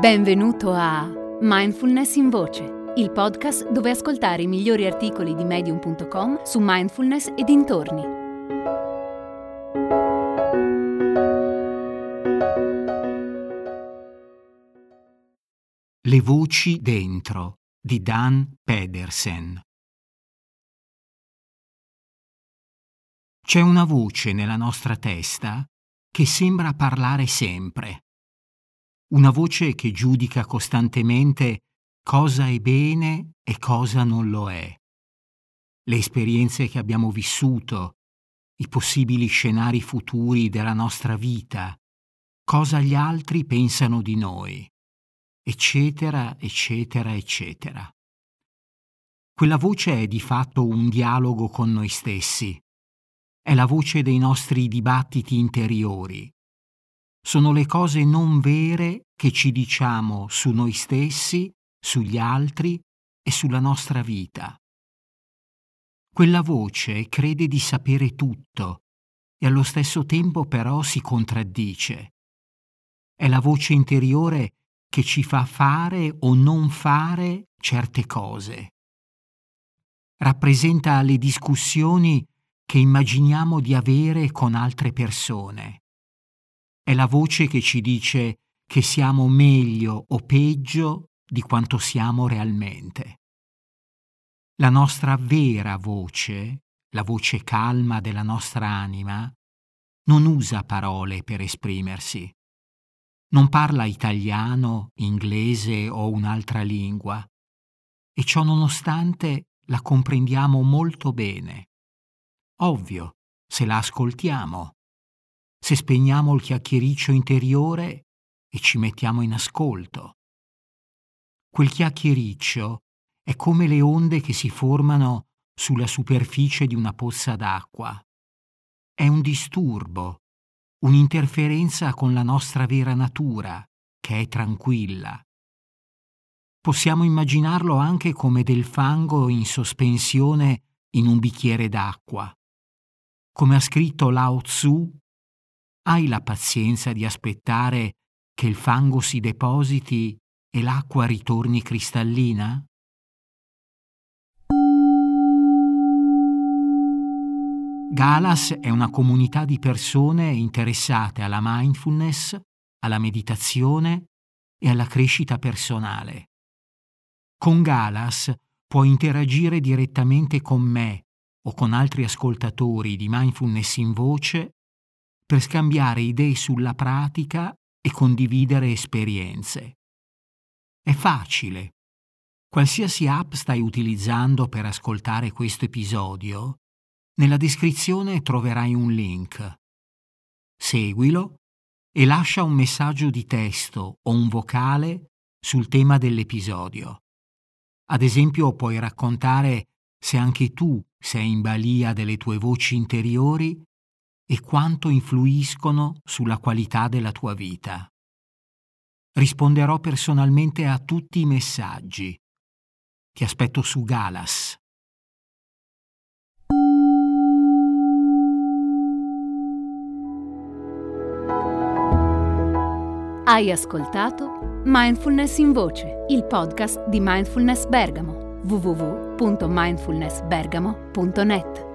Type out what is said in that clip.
Benvenuto a Mindfulness in Voce, il podcast dove ascoltare i migliori articoli di Medium.com su mindfulness e dintorni. Le voci dentro di Dan Pedersen. C'è una voce nella nostra testa che sembra parlare sempre. Una voce che giudica costantemente cosa è bene e cosa non lo è. Le esperienze che abbiamo vissuto, i possibili scenari futuri della nostra vita, cosa gli altri pensano di noi, eccetera, eccetera, eccetera. Quella voce è di fatto un dialogo con noi stessi. È la voce dei nostri dibattiti interiori. Sono le cose non vere che ci diciamo su noi stessi, sugli altri e sulla nostra vita. Quella voce crede di sapere tutto e allo stesso tempo però si contraddice. È la voce interiore che ci fa fare o non fare certe cose. Rappresenta le discussioni che immaginiamo di avere con altre persone. È la voce che ci dice che siamo meglio o peggio di quanto siamo realmente. La nostra vera voce, la voce calma della nostra anima, non usa parole per esprimersi. Non parla italiano, inglese o un'altra lingua, e ciò nonostante la comprendiamo molto bene. Ovvio, se la ascoltiamo. Se spegniamo il chiacchiericcio interiore e ci mettiamo in ascolto. Quel chiacchiericcio è come le onde che si formano sulla superficie di una pozza d'acqua. È un disturbo, un'interferenza con la nostra vera natura, che è tranquilla. Possiamo immaginarlo anche come del fango in sospensione in un bicchiere d'acqua. Come ha scritto Lao Tzu, hai la pazienza di aspettare che il fango si depositi e l'acqua ritorni cristallina? Galas è una comunità di persone interessate alla mindfulness, alla meditazione e alla crescita personale. Con Galas puoi interagire direttamente con me o con altri ascoltatori di Mindfulness in Voce per scambiare idee sulla pratica e condividere esperienze. È facile. Qualsiasi app stai utilizzando per ascoltare questo episodio, nella descrizione troverai un link. Seguilo e lascia un messaggio di testo o un vocale sul tema dell'episodio. Ad esempio, puoi raccontare se anche tu sei in balia delle tue voci interiori e quanto influiscono sulla qualità della tua vita. Risponderò personalmente a tutti i messaggi. Ti aspetto su Galas. Hai ascoltato Mindfulness in Voce, il podcast di Mindfulness Bergamo, www.mindfulnessbergamo.net.